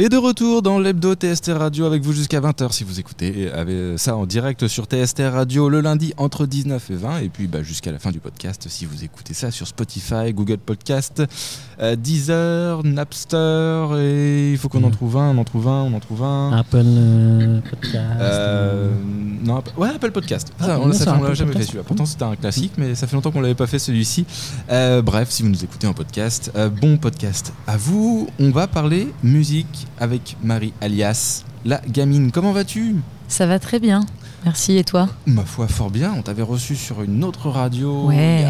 Et de retour dans l'hebdo TST Radio avec vous jusqu'à 20h si vous écoutez ça en direct sur TST Radio le lundi entre 19 et 20 et puis jusqu'à la fin du podcast si vous écoutez ça sur Spotify, Google Podcast, Deezer, Napster et il faut qu'on en trouve un. Apple Podcast. Apple Podcast. On l'a jamais fait celui-là. Pourtant c'était un classique mais ça fait longtemps qu'on l'avait pas fait celui-ci. Bref, si vous nous écoutez en podcast, bon podcast à vous. On va parler musique avec Marie alias la gamine. Comment vas-tu ? Ça va très bien, merci, et toi ? Ma foi, fort bien. On t'avait reçu sur une autre radio. Ouais.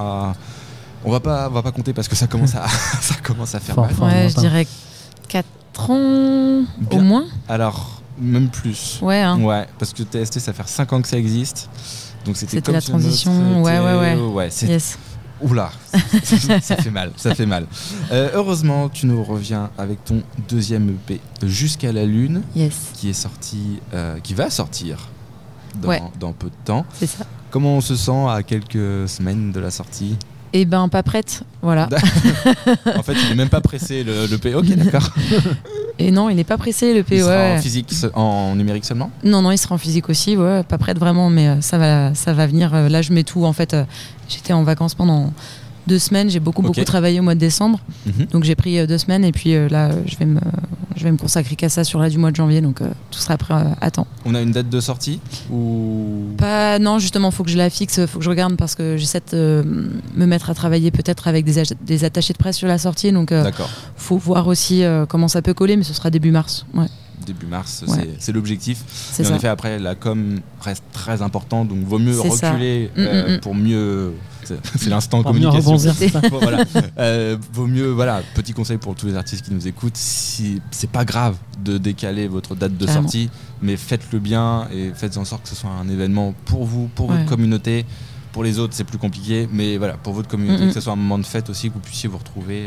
On va pas compter parce que ça commence à faire mal. Ouais, je dirais 4 ans bien. Au moins. Alors, même plus. Ouais, hein. Ouais, parce que TST, ça fait 5 ans que ça existe. Donc c'était comme la transition. Ouais. Yes. Oula, ça fait mal. Heureusement, tu nous reviens avec ton deuxième EP Jusqu'à la Lune, yes. Qui va sortir dans peu de temps. C'est ça. Comment on se sent à quelques semaines de la sortie ? Eh ben, pas prête, voilà. En fait, il n'est même pas pressé l'EP. Ok, d'accord. Et non, il n'est pas pressé l'EP. Il sera en physique, en numérique seulement ? Non, il sera en physique aussi. Ouais, pas prête vraiment, mais ça va venir. Là, je mets tout. En fait, j'étais en vacances pendant 2 semaines. J'ai beaucoup travaillé au mois de décembre. Donc j'ai pris 2 semaines et puis là, je vais me consacrer qu'à ça sur du mois de janvier. Donc tout sera prêt à temps. On a une date de sortie ou pas? Non, justement, faut que je la fixe, faut que je regarde parce que j'essaie de me mettre à travailler peut-être avec des attachés de presse sur la sortie. Donc faut voir aussi comment ça peut coller, mais ce sera début mars. Ouais. Début mars, c'est l'objectif. C'est en effet, après, la com reste très importante, donc vaut mieux reculer pour mieux. C'est l'instant communication. Voilà. Vaut mieux, petit conseil pour tous les artistes qui nous écoutent, c'est pas grave de décaler votre date de sortie, mais faites-le bien et faites en sorte que ce soit un événement pour vous, pour votre communauté. Pour les autres, c'est plus compliqué, mais voilà, pour votre communauté, que ce soit un moment de fête aussi, que vous puissiez vous retrouver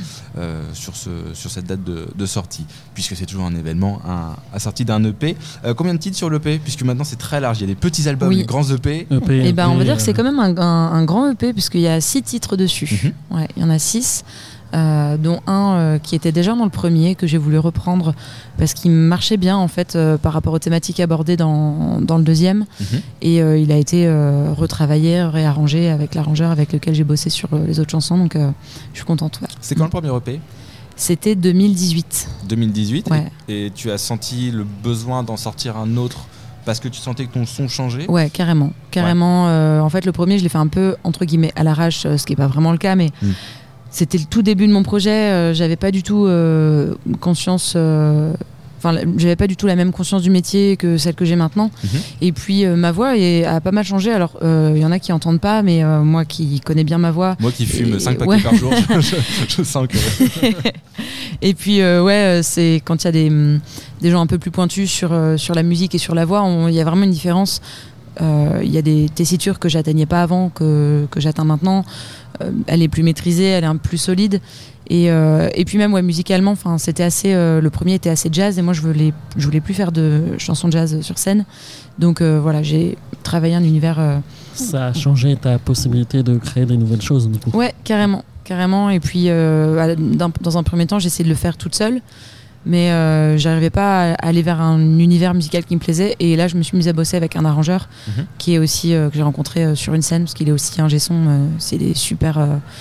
sur cette date de sortie, puisque c'est toujours un événement, à sortie d'un EP. Combien de titres sur l'EP ? Puisque maintenant c'est très large, il y a des petits albums, des grands EP. Et on va dire que c'est quand même un grand EP, puisqu'il y a 6 titres dessus. Ouais, il y en a 6. Dont un qui était déjà dans le premier, que j'ai voulu reprendre parce qu'il marchait bien en fait par rapport aux thématiques abordées dans le deuxième, et il a été retravaillé, réarrangé avec l'arrangeur avec lequel j'ai bossé sur les autres chansons, donc je suis contente. C'est quand le premier EP ? C'était 2018. 2018, et tu as senti le besoin d'en sortir un autre parce que tu sentais que ton son changeait ? Ouais, carrément. En fait, le premier, je l'ai fait un peu entre guillemets à l'arrache, ce qui n'est pas vraiment le cas, mais c'était le tout début de mon projet. J'avais pas du tout conscience. J'avais pas du tout la même conscience du métier que celle que j'ai maintenant. Et puis ma voix a pas mal changé. Alors il y en a qui entendent pas, mais moi qui connais bien ma voix. Moi qui fume 5 paquets par jour, je sens que. Et puis c'est quand il y a des gens un peu plus pointus sur la musique et sur la voix, il y a vraiment une différence. Il y a des tessitures que j'atteignais pas avant, que j'atteins maintenant. Elle est plus maîtrisée, elle est un peu plus solide, et puis même musicalement, c'était assez. Le premier était assez jazz, et moi je voulais plus faire de chansons jazz sur scène, donc j'ai travaillé un univers. Ça a changé ta possibilité de créer des nouvelles choses, du coup. Ouais, carrément. Et puis dans un premier temps, j'ai essayé de le faire toute seule. Mais j'arrivais pas à aller vers un univers musical qui me plaisait, et là je me suis mise à bosser avec un arrangeur qui est aussi que j'ai rencontré sur une scène, parce qu'il est aussi ingé son. C'est des super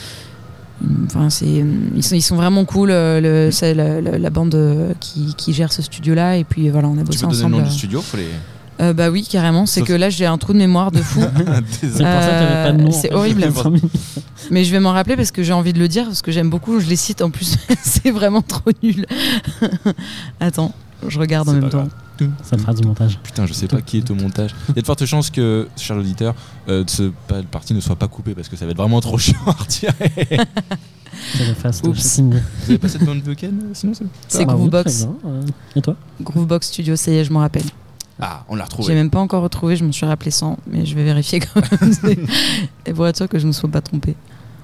ils sont vraiment cool, c'est la bande qui gère ce studio là, et puis voilà, on a bossé ensemble. Tu peux donner le nom du studio, faut les... oui, carrément. C'est que là, j'ai un trou de mémoire de fou. C'est pour ça qu'il n'y avait pas de nom. C'est horrible. Mais je vais m'en rappeler parce que j'ai envie de le dire, parce que j'aime beaucoup. Je les cite en plus. C'est vraiment trop nul. Attends, je regarde en même temps. Ça fera du montage. Putain, je sais pas qui est au montage. Il y a de fortes chances que, cher auditeur, ce partie ne soit pas coupé parce que ça va être vraiment trop chiant à retirer. Oups. Vous avez pas cette bande vocale sinon c'est Groovebox. Et toi ? Groovebox Studio, ça y est, je m'en rappelle. Ah, on l'a retrouvé. J'ai même pas encore retrouvé, je m'en suis rappelé sans, mais je vais vérifier quand même. Et pour être sûr que je ne me sois pas trompée.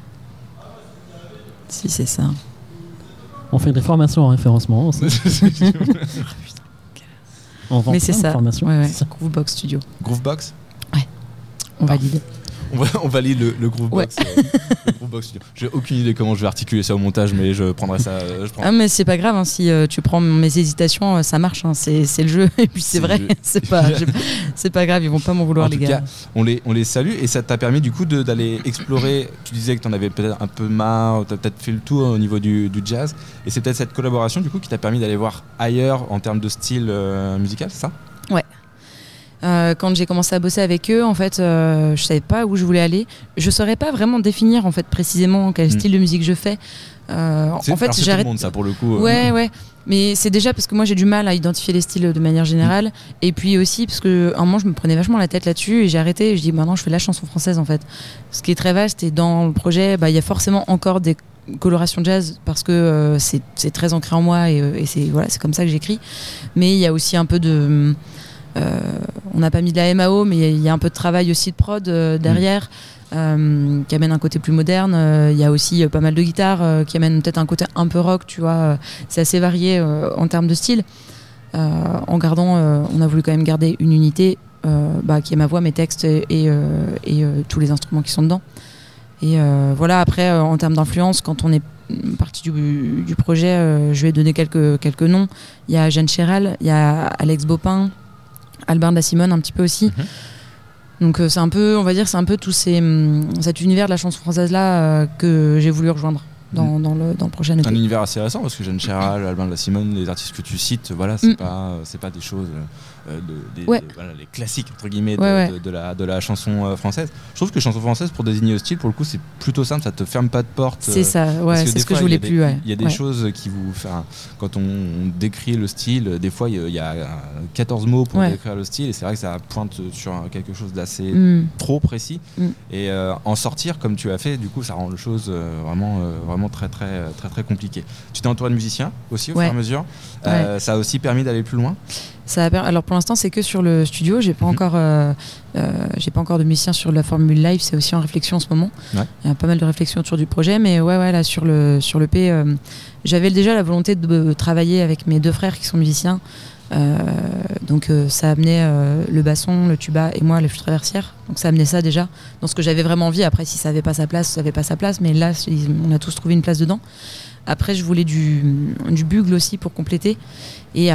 Si, c'est ça. On fait des formations en référencement. Mais c'est ça. Ouais. C'est Groovebox Studio. Groovebox ? Ouais. On valide. On valide le Groovebox. Ouais. Le Groovebox Studio. J'ai aucune idée comment je vais articuler ça au montage, mais je prendrai ça. Ah, mais c'est pas grave, hein, si tu prends mes hésitations, ça marche. Hein, c'est le jeu. Et puis c'est vrai, c'est pas grave, ils vont pas m'en vouloir, les gars. En tout cas, on les salue et ça t'a permis du coup d'aller explorer. Tu disais que t'en avais peut-être un peu marre, t'as peut-être fait le tour au niveau du jazz. Et c'est peut-être cette collaboration du coup qui t'a permis d'aller voir ailleurs en termes de style musical, c'est ça ? Ouais. Quand j'ai commencé à bosser avec eux, en fait, je savais pas où je voulais aller. Je saurais pas vraiment définir en fait précisément quel style de musique je fais. En fait, c'est tout le monde ça pour le coup. Ouais. Mais c'est déjà parce que moi j'ai du mal à identifier les styles de manière générale. Et puis aussi parce que un moment je me prenais vachement la tête là-dessus et j'ai arrêté. Et je dis maintenant je fais de la chanson française en fait. Ce qui est très vaste et dans le projet, il y a forcément encore des coloration jazz parce que c'est très ancré en moi et c'est comme ça que j'écris. Mais il y a aussi un peu de on n'a pas mis de la MAO, mais il y a un peu de travail aussi de prod derrière qui amène un côté plus moderne. Il y a aussi pas mal de guitares qui amènent peut-être un côté un peu rock, tu vois. C'est assez varié en termes de style. En gardant, on a voulu quand même garder une unité qui est ma voix, mes textes et tous les instruments qui sont dedans. Et voilà, après, en termes d'influence, quand on est parti du projet, je vais donner quelques noms. Il y a Jeanne Chéral, il y a Alex Bopin, Albin de la Simone un petit peu aussi. Donc c'est un peu, on va dire, c'est un peu tout cet univers de la chanson française là que j'ai voulu rejoindre dans le prochain EP. Un univers assez récent parce que Jeanne Chéral, Albin de la Simone, les artistes que tu cites, voilà, c'est pas des choses les classiques entre guillemets de la chanson française. Je trouve que chanson française pour désigner le style, pour le coup, c'est plutôt simple, ça te ferme pas de porte. C'est ça, c'est ce que je voulais plus. Il y a des choses qui vous, quand on décrit le style, des fois il y a 14 mots pour décrire le style et c'est vrai que ça pointe sur quelque chose d'assez trop précis. Et en sortir comme tu as fait, du coup, ça rend les choses vraiment très très très très compliquées. Tu t'es entouré de musiciens aussi au fur et à mesure. Ça a aussi permis d'aller plus loin. Alors pour l'instant c'est que sur le studio, j'ai pas encore de musiciens sur la formule live, c'est aussi en réflexion en ce moment. Il y a pas mal de réflexions autour du projet, mais là sur le P, j'avais déjà la volonté de travailler avec mes deux frères qui sont musiciens. Donc ça amenait le basson, le tuba et moi la flûte traversière. Donc ça amenait ça déjà dans ce que j'avais vraiment envie. Après si ça avait pas sa place, ça avait pas sa place, mais là on a tous trouvé une place dedans. Après je voulais du bugle aussi pour compléter. Et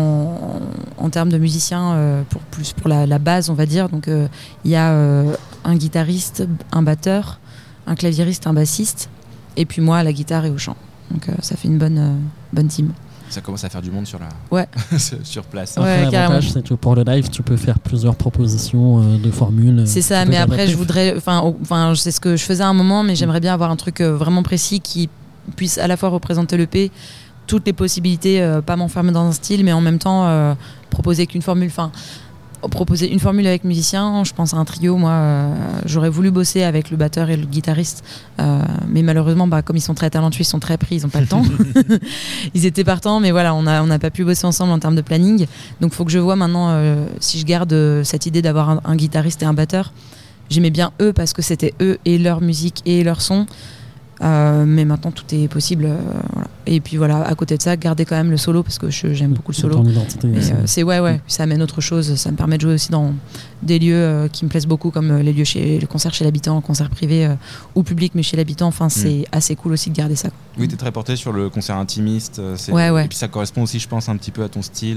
en termes de musiciens, pour la base on va dire, donc il y a un guitariste, un batteur, un claviériste, un bassiste, et puis moi à la guitare et au chant. Donc ça fait une bonne team. Ça commence à faire du monde sur sur place. L'avantage, c'est que pour le live, tu peux faire plusieurs propositions de formules. C'est ça, mais après, je voudrais. C'est ce que je faisais à un moment, mais j'aimerais bien avoir un truc vraiment précis qui puisse à la fois représenter l'EP, toutes les possibilités, pas m'enfermer dans un style, mais en même temps proposer qu'une formule. Proposer une formule avec musicien, je pense à un trio. Moi, j'aurais voulu bosser avec le batteur et le guitariste, mais malheureusement, comme ils sont très talentueux, ils sont très pris, ils n'ont pas le temps. Ils étaient partants, mais voilà, on n'a pas pu bosser ensemble en termes de planning. Donc, il faut que je vois maintenant si je garde cette idée d'avoir un guitariste et un batteur. J'aimais bien eux parce que c'était eux et leur musique et leur son. Mais maintenant tout est possible, voilà. Et puis voilà, à côté de ça, garder quand même le solo parce que j'aime beaucoup le solo. C'est ça amène autre chose, ça me permet de jouer aussi dans des lieux qui me plaisent beaucoup, comme les lieux le concert chez l'habitant, concert privé ou public, mais chez l'habitant. Enfin, c'est assez cool aussi de garder ça. Oui, t'es très porté sur le concert intimiste. Et puis ça correspond aussi, je pense, un petit peu à ton style.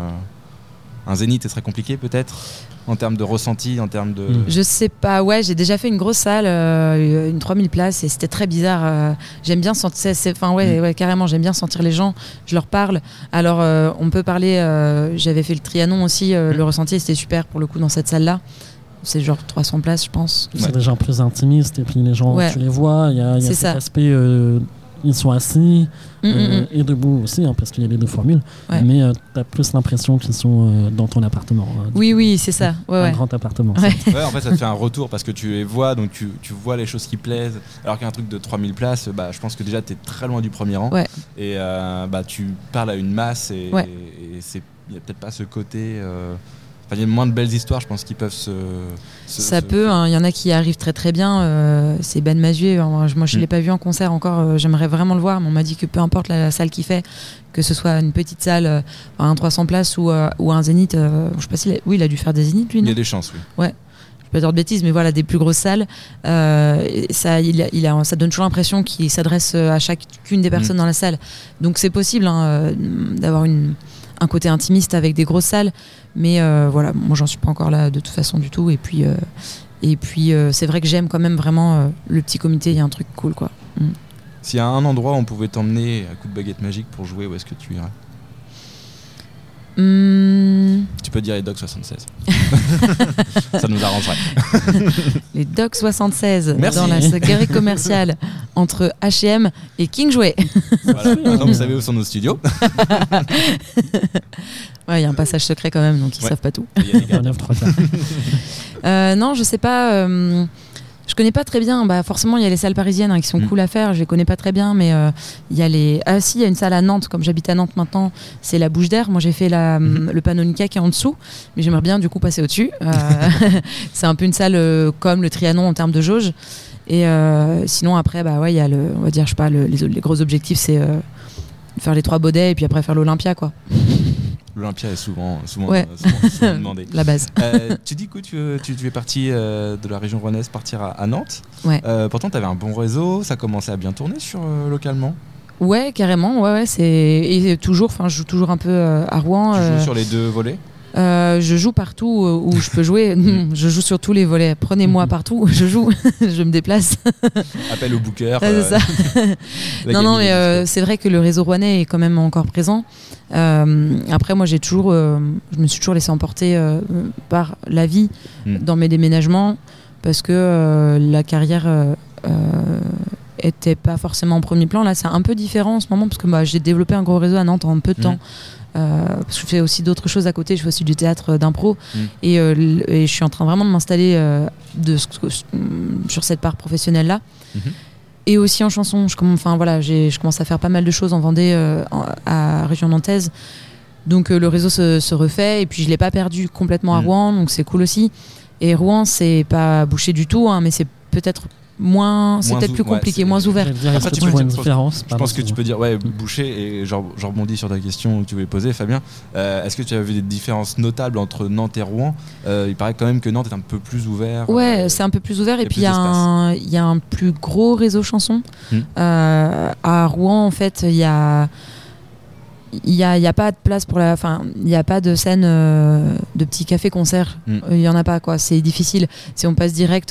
Un zénith, ce serait compliqué peut-être en termes de ressenti, en termes de... Je sais pas, j'ai déjà fait une grosse salle, une 3000 places, et c'était très bizarre. J'aime bien sentir, carrément, j'aime bien sentir les gens, je leur parle. Alors, on peut parler, j'avais fait le Trianon aussi, le ressenti, c'était super pour le coup dans cette salle-là. C'est genre 300 places, je pense. C'est des gens plus intimistes, et puis les gens, tu les vois, il y a cet aspect... ils sont assis et debout aussi, parce qu'il y a les deux formules, mais tu as plus l'impression qu'ils sont dans ton appartement. Oui, c'est ça. Un grand appartement. En fait, ça te fait un retour parce que tu les vois, donc tu vois les choses qui plaisent. Alors qu'un truc de 3000 places, je pense que déjà tu es très loin du premier rang. Et tu parles à une masse et il n'y a peut-être pas ce côté... il y a moins de belles histoires, je pense, qui peuvent Ça peut, il y en a qui arrivent très très bien. C'est Ben Mazué. Moi, je ne l'ai pas vu en concert encore. J'aimerais vraiment le voir, mais on m'a dit que peu importe la salle qu'il fait, que ce soit une petite salle, un 300 places ou un zénith. Je sais pas il a dû faire des zéniths, lui, non ? Il y a des chances, oui. Ouais. Je pas dire de bêtises, mais voilà, des plus grosses salles, ça donne toujours l'impression qu'il s'adresse à chacune des personnes dans la salle. Donc c'est possible d'avoir un côté intimiste avec des grosses salles, mais voilà, moi j'en suis pas encore là de toute façon du tout. Et puis c'est vrai que j'aime quand même vraiment le petit comité, il y a un truc cool, quoi. S'il y a un endroit où on pouvait t'emmener à coup de baguette magique pour jouer, où est-ce que tu irais? Tu peux dire les Docs 76. Ça nous arrangerait. Les Docs 76. Merci. Dans la guerre commerciale entre H&M et King Jouet. Voilà. Maintenant vous savez où sont nos studios. Ouais, il y a un passage secret quand même, donc ils savent pas tout. Non, je sais pas. Je connais pas très bien. Forcément, il y a les salles parisiennes qui sont cool à faire. Je les connais pas très bien, mais il y a les. Ah si, il y a une salle à Nantes. Comme j'habite à Nantes maintenant, c'est la Bouche d'Air. Moi, j'ai fait le Panonica qui est en dessous, mais j'aimerais bien du coup passer au-dessus. C'est un peu une salle comme le Trianon en termes de jauge. Et sinon après, il y a on va dire, je sais pas, les gros objectifs, c'est faire les 3 Baudets et puis après faire l'Olympia, quoi. L'Olympia est souvent demandé. La base. Tu dis que tu es parti de la région rouennaise partir à Nantes. Ouais. Pourtant, tu avais un bon réseau, ça commençait à bien tourner localement. Ouais, carrément. Ouais, et toujours. Enfin, je joue toujours un peu à Rouen. Tu joues sur les 2 volets. Je joue partout où je peux jouer. Je joue sur tous les volets. Prenez-moi partout où je joue. Je me déplace. Appel au booker. C'est ça. Non, mais c'est vrai que le réseau rouennais est quand même encore présent. Après, moi, je me suis toujours laissé emporter par la vie dans mes déménagements, parce que la carrière était pas forcément en premier plan. Là, c'est un peu différent en ce moment, parce que j'ai développé un gros réseau à Nantes en peu de temps. Parce que je fais aussi d'autres choses à côté, je fais aussi du théâtre d'impro et je suis en train vraiment de m'installer sur cette part professionnelle là et aussi en chanson. Je commence à faire pas mal de choses en Vendée, à région nantaise, donc le réseau se refait, et puis je l'ai pas perdu complètement à Rouen, donc c'est cool aussi. Et Rouen, c'est pas bouché du tout, mais c'est peut-être plus compliqué, moins ouvert. Après, tu vois une différence. Je pense que tu peux dire boucher, et je rebondis sur ta question que tu voulais poser, Fabien. Est-ce que tu as vu des différences notables entre Nantes et Rouen? Il paraît quand même que Nantes est un peu plus ouvert. Ouais, c'est un peu plus ouvert, et puis il y a un plus gros réseau chanson. À Rouen, en fait, il y a pas de place pour il n'y a pas de scène de petits cafés-concerts. Il y en a pas, quoi. C'est difficile. Si on passe direct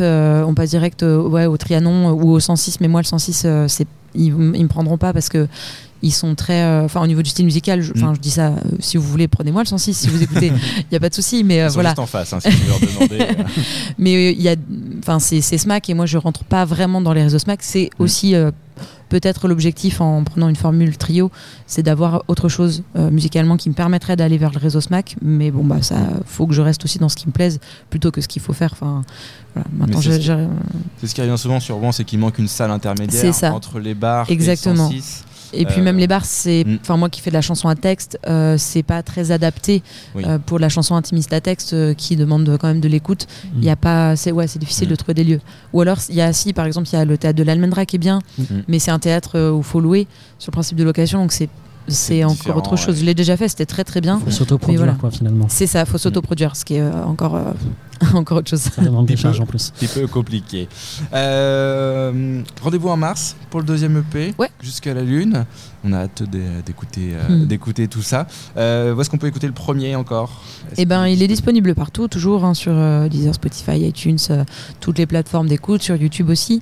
au Trianon ou au 106, mais moi le 106, ils me prendront pas, parce que ils sont très au niveau du style musical, je dis ça, si vous voulez, prenez-moi le 106 si vous écoutez, il y a pas de souci, mais ils sont juste en face, si vous leur demandez. Mais il y a c'est SMAC, et moi je rentre pas vraiment dans les réseaux SMAC. C'est aussi peut-être l'objectif, en prenant une formule trio, c'est d'avoir autre chose musicalement qui me permettrait d'aller vers le réseau SMAC, mais ça faut que je reste aussi dans ce qui me plaise plutôt que ce qu'il faut faire. Maintenant c'est ce qui revient souvent sur Rouen, c'est qu'il manque une salle intermédiaire entre les bars. Exactement. Et le 106. Et puis même les bars, moi qui fais de la chanson à texte, c'est pas très adapté pour la chanson intimiste à texte, qui demande quand même de l'écoute. Il y a pas, c'est difficile de trouver des lieux. Ou alors par exemple, il y a le théâtre de l'Almendra qui est bien, mais c'est un théâtre où il faut louer sur le principe de location, donc c'est encore autre chose. Je l'ai déjà fait, c'était très très bien. Il faut s'autoproduire, finalement. C'est ça, il faut s'autoproduire, ce qui est encore autre chose. Ça demande des charges en plus. Un petit peu compliqué. Rendez-vous en mars pour le 2e EP, Jusqu'à la Lune. On a hâte d'écouter tout ça. Où est-ce qu'on peut écouter le premier encore? Il est disponible partout, toujours, sur Deezer, Spotify, iTunes, toutes les plateformes d'écoute, sur YouTube aussi.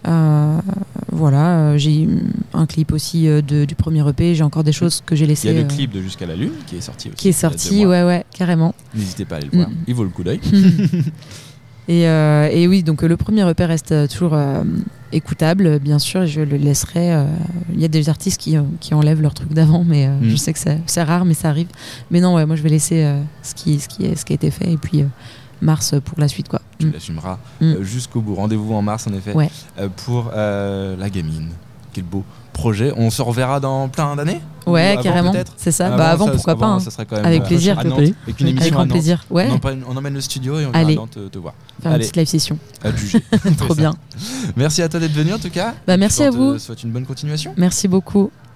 J'ai un clip aussi du premier EP. J'ai encore des choses que j'ai laissées. Il y a le clip de Jusqu'à la Lune qui est sorti aussi. Qui est sorti, carrément. N'hésitez pas à aller le voir, il vaut le coup d'œil. Et oui, donc le premier EP reste toujours écoutable, bien sûr. Je le laisserai. Il y a des artistes qui enlèvent leur truc d'avant, mais je sais que c'est rare, mais ça arrive. Mais non, moi je vais laisser ce qui a été fait, et puis mars pour la suite, quoi. Tu l'assumeras jusqu'au bout. Rendez-vous en mars, en effet, pour La Gamine. Quel beau projet. On se reverra dans plein d'années? Ouais, carrément. C'est ça. Avant, pourquoi pas. Ça serait quand même avec plaisir. À Nantes, avec une émission avec plaisir. Ouais. On emmène le studio et on viendra à Nantes te voir. Faire une petite live session. À juger. Trop bien. Merci à toi d'être venu, en tout cas. Merci à vous. Je te souhaite une bonne continuation. Merci beaucoup.